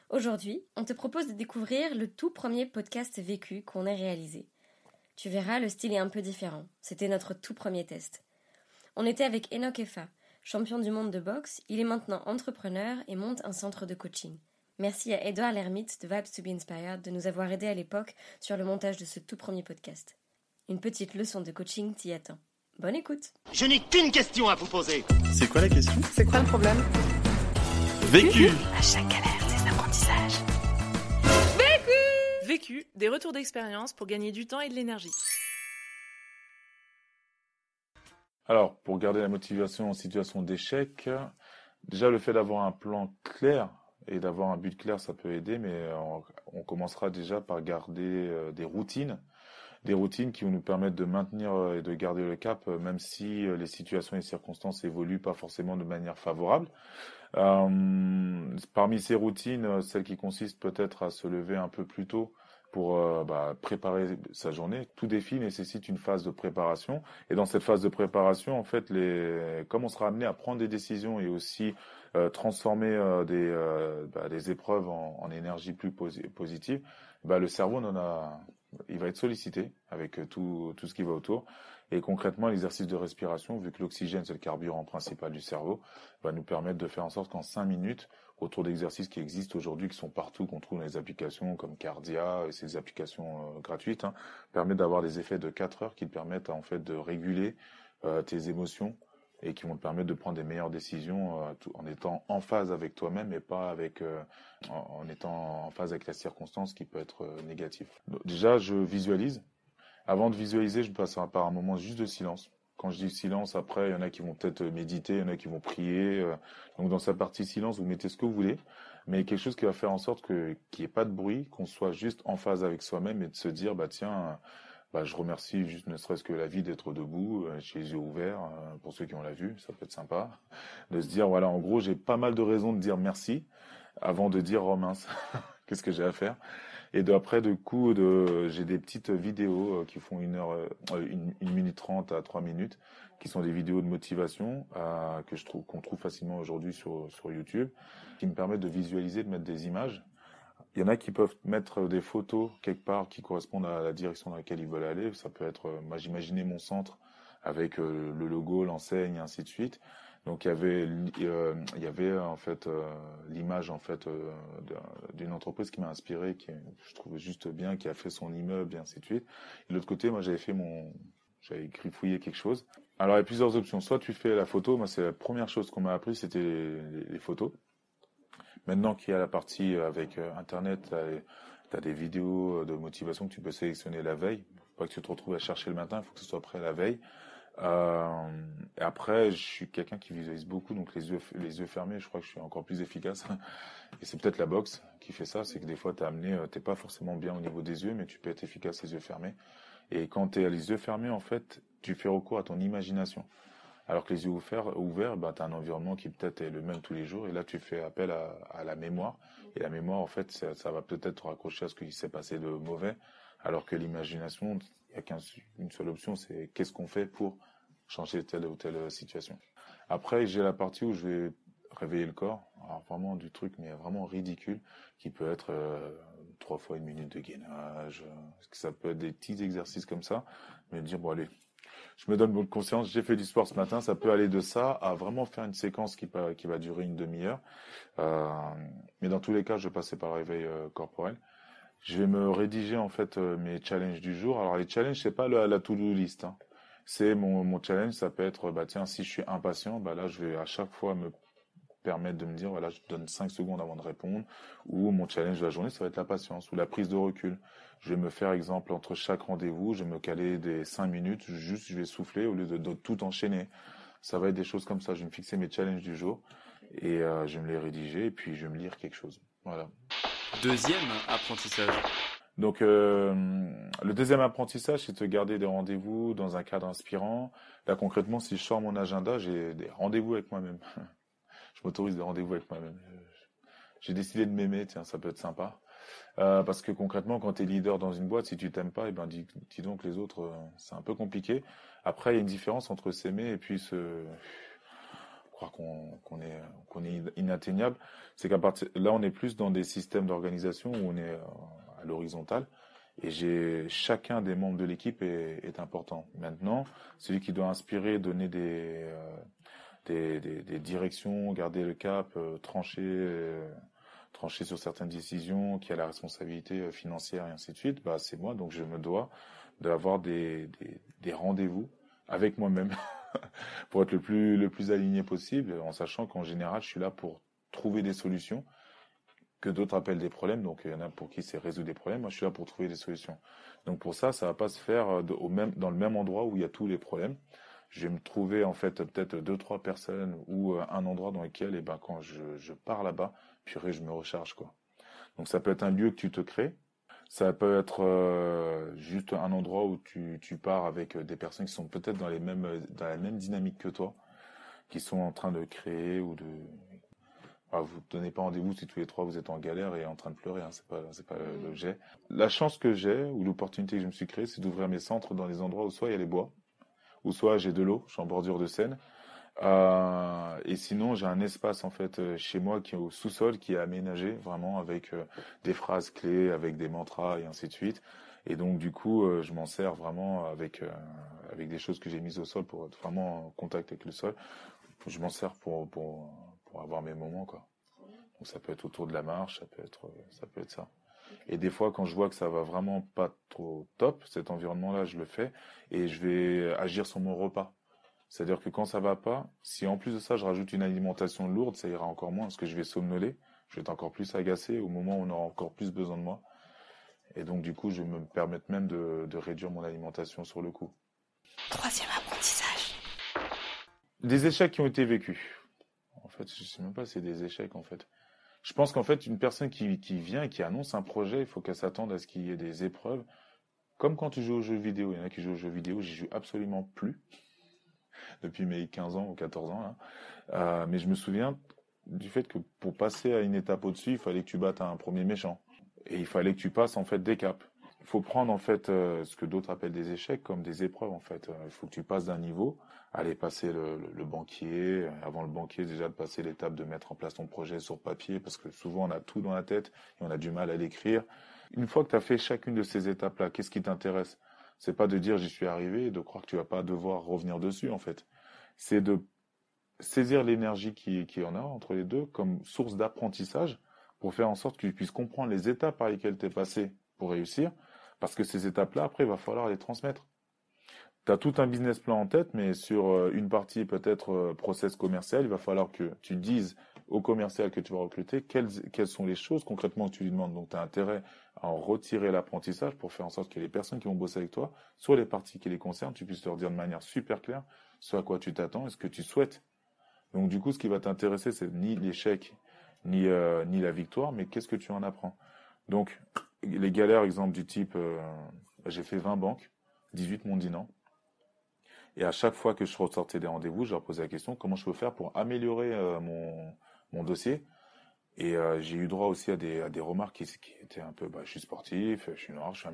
Aujourd'hui, on te propose de découvrir le tout premier podcast vécu qu'on ait réalisé. Tu verras, le style est un peu différent. C'était notre tout premier test. On était avec Enoch Effa, champion du monde de boxe. Il est maintenant entrepreneur et monte un centre de coaching. Merci à Edouard Lermite de Vibes to be Inspired de nous avoir aidés à l'époque sur le montage de ce tout premier podcast. Une petite leçon de coaching t'y attend. Bonne écoute. Je n'ai qu'une question à vous poser. C'est quoi la question? C'est quoi le problème? Vécu. À chaque galère, des apprentissages. Vécu, des retours d'expérience pour gagner du temps et de l'énergie. Alors, pour garder la motivation en situation d'échec, déjà le fait d'avoir un plan clair et d'avoir un but clair, ça peut aider, mais on commencera déjà par garder des routines qui vont nous permettre de maintenir et de garder le cap, même si les situations et les circonstances évoluent pas forcément de manière favorable. Parmi ces routines, celle qui consiste peut-être à se lever un peu plus tôt pour préparer sa journée. Tout défi nécessite une phase de préparation. Et dans cette phase de préparation, en fait, comme on sera amené à prendre des décisions et aussi transformer des épreuves en énergie plus positive, le cerveau il va être sollicité avec tout ce qui va autour. Et concrètement, l'exercice de respiration, vu que l'oxygène c'est le carburant principal du cerveau, va nous permettre de faire en sorte qu'en 5 minutes, autour d'exercices qui existent aujourd'hui, qui sont partout, qu'on trouve dans les applications comme Cardia et ces applications gratuites, permettent d'avoir des effets de 4 heures qui te permettent en fait de réguler tes émotions et qui vont te permettre de prendre des meilleures décisions en étant en phase avec toi-même et pas en étant en phase avec la circonstance qui peut être négative. Donc, déjà, je visualise. Avant de visualiser, je passe par un moment juste de silence. Quand je dis silence, après, il y en a qui vont peut-être méditer, il y en a qui vont prier. Donc, dans sa partie silence, vous mettez ce que vous voulez, mais quelque chose qui va faire en sorte qu'il n'y ait pas de bruit, qu'on soit juste en phase avec soi-même et de se dire, je remercie juste ne serait-ce que la vie d'être debout, j'ai les yeux ouverts, pour ceux qui ont la vue, ça peut être sympa. De se dire, voilà, en gros, j'ai pas mal de raisons de dire merci avant de dire, oh mince, qu'est-ce que j'ai à faire? Et après, j'ai des petites vidéos qui font 1 minute 30 à 3 minutes, qui sont des vidéos de motivation qu'on trouve facilement aujourd'hui sur YouTube, qui me permettent de visualiser, de mettre des images. Il y en a qui peuvent mettre des photos quelque part qui correspondent à la direction dans laquelle ils veulent aller. Ça peut être, moi j'imaginais mon centre avec le logo, l'enseigne, et ainsi de suite. Donc il y avait en fait l'image en fait d'une entreprise qui m'a inspiré, qui je trouvais juste bien, qui a fait son immeuble et ainsi de suite. Et de l'autre côté, moi j'avais griffouillé quelque chose. Alors il y a plusieurs options. Soit tu fais la photo, moi c'est la première chose qu'on m'a appris, c'était les photos. Maintenant qu'il y a la partie avec Internet, t'as des vidéos de motivation que tu peux sélectionner la veille. Pas que tu te retrouves à chercher le matin, il faut que ce soit prêt la veille. Et après, je suis quelqu'un qui visualise beaucoup, donc les yeux fermés, je crois que je suis encore plus efficace. Et c'est peut-être la boxe qui fait ça, c'est que des fois t'es pas forcément bien au niveau des yeux, mais tu peux être efficace les yeux fermés. Et quand t'es les yeux fermés, en fait, tu fais recours à ton imagination. Alors que les yeux ouverts, tu as un environnement qui peut-être est le même tous les jours. Et là, tu fais appel à la mémoire. Et la mémoire, en fait, ça va peut-être te raccrocher à ce qui s'est passé de mauvais. Alors que l'imagination, il n'y a qu'une seule option, c'est qu'est-ce qu'on fait pour changer telle ou telle situation. Après, j'ai la partie où je vais réveiller le corps. Alors vraiment du truc, mais vraiment ridicule, qui peut être 3 fois 1 minute de gainage. Ça peut être des petits exercices comme ça. Mais dire, bon allez, je me donne bonne conscience, j'ai fait du sport ce matin, ça peut aller de ça à vraiment faire une séquence qui va durer 1/2 heure. Mais dans tous les cas, je vais passer par le réveil corporel. Je vais me rédiger en fait mes challenges du jour. Alors les challenges, c'est pas la to-do list. C'est mon challenge, ça peut être, si je suis impatient, là je vais à chaque fois me permettre de me dire, voilà, je donne 5 secondes avant de répondre, ou mon challenge de la journée, ça va être la patience, ou la prise de recul. Je vais me faire, exemple, entre chaque rendez-vous, je vais me caler des 5 minutes, juste je vais souffler au lieu de tout enchaîner. Ça va être des choses comme ça, je vais me fixer mes challenges du jour, et je vais me les rédiger, et puis je vais me lire quelque chose. Voilà. Deuxième apprentissage. Donc, le deuxième apprentissage, c'est de garder des rendez-vous dans un cadre inspirant. Là, concrètement, si je sors mon agenda, j'ai des rendez-vous avec moi-même. Je m'autorise des rendez-vous avec moi-même. J'ai décidé de m'aimer, tiens, ça peut être sympa. Parce que concrètement, quand tu es leader dans une boîte, si tu t'aimes pas, dis donc les autres, c'est un peu compliqué. Après, il y a une différence entre s'aimer et puis croire qu'on est inatteignable. C'est qu'à partir là, on est plus dans des systèmes d'organisation où on est à l'horizontale. Et chacun des membres de l'équipe est important. Maintenant, celui qui doit inspirer, donner des directions, garder le cap, trancher sur certaines décisions, qui a la responsabilité financière et ainsi de suite, bah c'est moi. Donc je me dois d'avoir des rendez-vous avec moi-même pour être le plus aligné possible, en sachant qu'en général, je suis là pour trouver des solutions que d'autres appellent des problèmes. Donc il y en a pour qui c'est résoudre des problèmes. Moi, je suis là pour trouver des solutions. Donc pour ça va pas se faire dans le même endroit où il y a tous les problèmes. Je vais me trouver en fait peut-être 2-3 personnes ou un endroit dans lequel, et ben quand je pars là-bas, purée, je me recharge quoi. Donc ça peut être un lieu que tu te crées. Ça peut être juste un endroit où tu pars avec des personnes qui sont peut-être dans la même dynamique que toi, qui sont en train de créer ou de. Ah, vous ne donnez pas rendez-vous si tous les trois vous êtes en galère et en train de pleurer, hein, c'est pas l'objet. La chance que j'ai, ou l'opportunité que je me suis créée, c'est d'ouvrir mes centres dans des endroits où soit il y a les bois, ou soit j'ai de l'eau, je suis en bordure de Seine. Et sinon, j'ai un espace en fait chez moi qui est au sous-sol, qui est aménagé vraiment avec des phrases clés, avec des mantras et ainsi de suite. Et donc du coup, je m'en sers vraiment avec des choses que j'ai mises au sol pour être vraiment en contact avec le sol. Je m'en sers pour avoir mes moments quoi. Donc ça peut être autour de la marche, ça peut être ça. Et des fois, quand je vois que ça va vraiment pas trop top, cet environnement-là, je le fais et je vais agir sur mon repas. C'est-à-dire que quand ça va pas, si en plus de ça, je rajoute une alimentation lourde, ça ira encore moins parce que je vais somnoler, je vais être encore plus agacé au moment où on aura encore plus besoin de moi. Et donc, du coup, je vais me permettre même de réduire mon alimentation sur le coup. Troisième apprentissage. Des échecs qui ont été vécus. En fait, je sais même pas si c'est des échecs, en fait. Je pense qu'en fait, une personne qui vient et qui annonce un projet, il faut qu'elle s'attende à ce qu'il y ait des épreuves. Comme quand tu joues aux jeux vidéo. Il y en a qui jouent aux jeux vidéo, j'y joue absolument plus. Depuis mes 15 ans ou 14 ans, là. Mais je me souviens du fait que pour passer à une étape au-dessus, il fallait que tu battes un premier méchant. Et il fallait que tu passes, en fait, des caps. Il faut prendre, en fait, ce que d'autres appellent des échecs comme des épreuves, en fait. Il faut que tu passes d'un niveau, aller passer le banquier, avant le banquier, déjà de passer l'étape de mettre en place ton projet sur papier, parce que souvent, on a tout dans la tête et on a du mal à l'écrire. Une fois que tu as fait chacune de ces étapes-là, qu'est-ce qui t'intéresse? C'est pas de dire j'y suis arrivé et de croire que tu vas pas devoir revenir dessus, en fait. C'est de saisir l'énergie qui en a entre les deux comme source d'apprentissage pour faire en sorte que tu puisses comprendre les étapes par lesquelles tu es passé pour réussir, parce que ces étapes-là, après, il va falloir les transmettre. Tu as tout un business plan en tête, mais sur une partie peut-être process commercial, il va falloir que tu dises au commercial que tu vas recruter quelles sont les choses concrètement que tu lui demandes. Donc tu as intérêt à en retirer l'apprentissage pour faire en sorte que les personnes qui vont bosser avec toi, soit les parties qui les concernent, tu puisses leur dire de manière super claire ce à quoi tu t'attends et ce que tu souhaites. Donc du coup, ce qui va t'intéresser, c'est ni l'échec, ni la victoire, mais qu'est-ce que tu en apprends. Donc les galères, exemple du type, j'ai fait 20 banques, 18 m'ont dit non. Et à chaque fois que je ressortais des rendez-vous, je leur posais la question, comment je peux faire pour améliorer mon dossier. Et j'ai eu droit aussi à des remarques qui étaient un peu, je suis sportif, je suis noir, je fais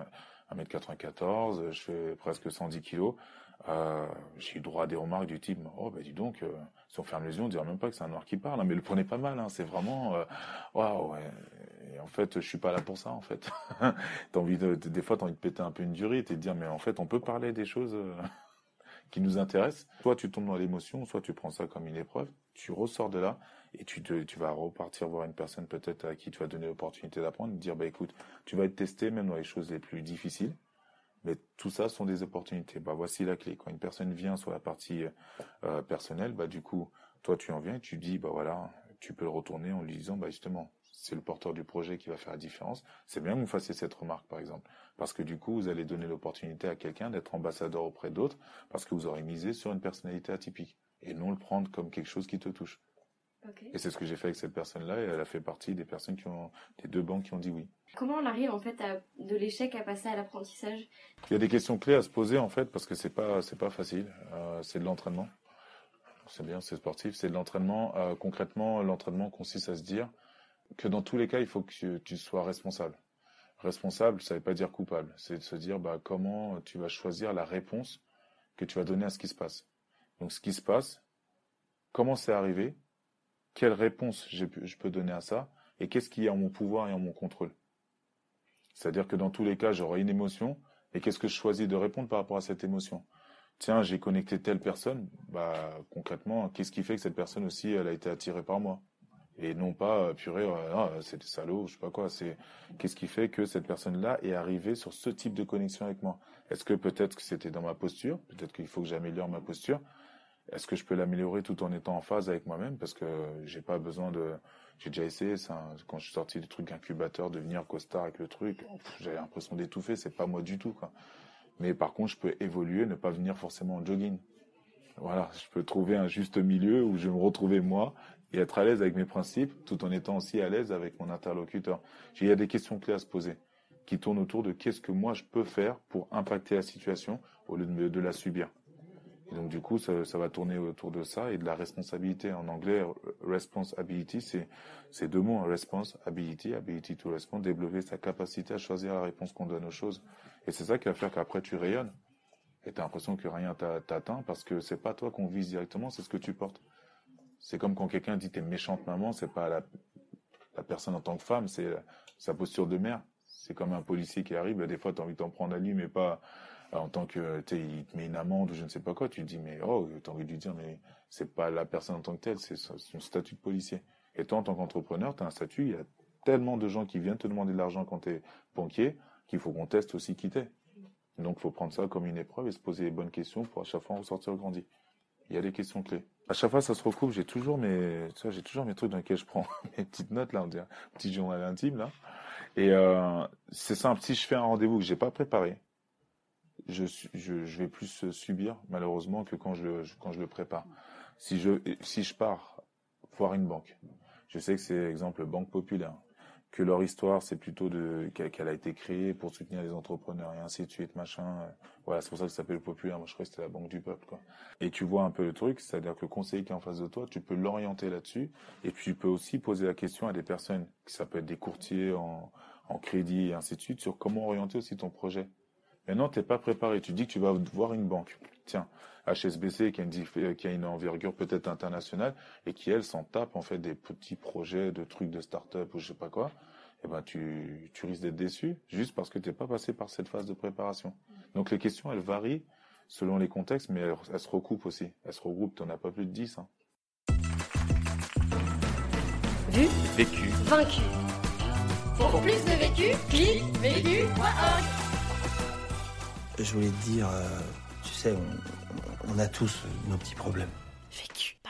1m94, je fais presque 110 kilos. J'ai eu droit à des remarques du type, dis donc, si on ferme les yeux, on dirait même pas que c'est un noir qui parle, hein, mais le prenez pas mal, hein, c'est vraiment, waouh, ouais. Et en fait, je suis pas là pour ça, en fait. Des fois, t'as envie de péter un peu une durite et de dire, mais en fait, on peut parler des choses qui nous intéressent. Soit tu tombes dans l'émotion, soit tu prends ça comme une épreuve, tu ressors de là et tu vas repartir voir une personne peut-être à qui tu vas donner l'opportunité d'apprendre, de dire, écoute, tu vas être testé même dans les choses les plus difficiles. Mais tout ça sont des opportunités. Voici la clé. Quand une personne vient sur la partie personnelle, du coup, toi tu en viens et tu dis, voilà, tu peux le retourner en lui disant, justement, c'est le porteur du projet qui va faire la différence. C'est bien que vous fassiez cette remarque, par exemple. Parce que du coup, vous allez donner l'opportunité à quelqu'un d'être ambassadeur auprès d'autres, parce que vous aurez misé sur une personnalité atypique. Et non le prendre comme quelque chose qui te touche. Okay. Et c'est ce que j'ai fait avec cette personne-là, et elle a fait partie des personnes des 2 banques qui ont dit oui. Comment on arrive en fait de l'échec à passer à l'apprentissage? Il y a des questions clés à se poser en fait, parce que c'est pas facile. C'est de l'entraînement. C'est bien, c'est sportif, c'est de l'entraînement. Concrètement, l'entraînement consiste à se dire que dans tous les cas, il faut que tu sois responsable. Responsable, ça ne veut pas dire coupable. C'est de se dire comment tu vas choisir la réponse que tu vas donner à ce qui se passe. Donc ce qui se passe, comment c'est arrivé, quelle réponse je peux donner à ça, et qu'est-ce qui est en mon pouvoir et en mon contrôle. C'est-à-dire que dans tous les cas, j'aurai une émotion, et qu'est-ce que je choisis de répondre par rapport à cette émotion? Tiens, j'ai connecté telle personne, concrètement, qu'est-ce qui fait que cette personne aussi, elle a été attirée par moi? Et non pas, purée, c'est des salauds, je sais pas quoi, qu'est-ce qui fait que cette personne-là est arrivée sur ce type de connexion avec moi? Est-ce que peut-être que c'était dans ma posture? Peut-être qu'il faut que j'améliore ma posture. Est-ce que je peux l'améliorer tout en étant en phase avec moi-même? Parce que j'ai pas besoin j'ai déjà essayé ça, quand je suis sorti du truc incubateur, devenir costard avec le truc, j'avais l'impression d'étouffer, c'est pas moi du tout, quoi. Mais par contre, je peux évoluer, ne pas venir forcément en jogging. Voilà, je peux trouver un juste milieu où je vais me retrouver moi et être à l'aise avec mes principes, tout en étant aussi à l'aise avec mon interlocuteur. Il y a des questions clés à se poser, qui tournent autour de qu'est-ce que moi je peux faire pour impacter la situation au lieu de la subir. Et donc du coup, ça va tourner autour de ça et de la responsabilité. En anglais, responsibility, c'est deux mots, responsibility, ability to respond, développer sa capacité à choisir la réponse qu'on donne aux choses. Et c'est ça qui va faire qu'après tu rayonnes. Et t'as l'impression que rien t'atteint parce que c'est pas toi qu'on vise directement, c'est ce que tu portes. C'est comme quand quelqu'un dit t'es méchante maman, c'est pas la personne en tant que femme, c'est sa posture de mère. C'est comme un policier qui arrive, des fois t'as envie de t'en prendre à lui, mais pas en tant que, il te met une amende ou je ne sais pas quoi, tu te dis, mais t'as envie de lui dire, mais c'est pas la personne en tant que telle, c'est son statut de policier. Et toi, en tant qu'entrepreneur, t'as un statut, il y a tellement de gens qui viennent te demander de l'argent quand t'es banquier, qu'il faut qu'on teste aussi qui t'es. Donc, il faut prendre ça comme une épreuve et se poser les bonnes questions pour à chaque fois en ressortir grandi. Il y a des questions clés. À chaque fois, ça se recoupe. J'ai toujours mes trucs dans lesquels je prends mes petites notes, là, on dirait un petit journal intime, là. Et c'est simple. Si je fais un rendez-vous que j'ai pas préparé, je vais plus subir, malheureusement, que quand je le prépare. Si je pars voir une banque, je sais que c'est, exemple, Banque Populaire, que leur histoire, c'est plutôt qu'elle a été créée pour soutenir les entrepreneurs et ainsi de suite, machin. Voilà, c'est pour ça que ça s'appelle Populaire. Moi, je crois que c'était la Banque du Peuple, quoi. Et tu vois un peu le truc, c'est-à-dire que le conseiller qui est en face de toi, tu peux l'orienter là-dessus. Et puis, tu peux aussi poser la question à des personnes, ça peut être des courtiers en crédit et ainsi de suite, sur comment orienter aussi ton projet. Maintenant, t'es pas préparé. Tu dis que tu vas voir une banque. Tiens, HSBC qui a une envergure peut-être internationale et qui, elle, s'en tape, en fait, des petits projets de trucs de start-up ou je sais pas quoi. Eh ben, tu risques d'être déçu juste parce que t'es pas passé par cette phase de préparation. Donc, les questions, elles varient selon les contextes, mais elles se recoupent aussi. Elles se regroupent. T'en as pas plus de 10, hein. Vu, Vécu. vaincu. Pour plus de vécu, clique vécu.org. Je voulais te dire, tu sais, on a tous nos petits problèmes. Vécu.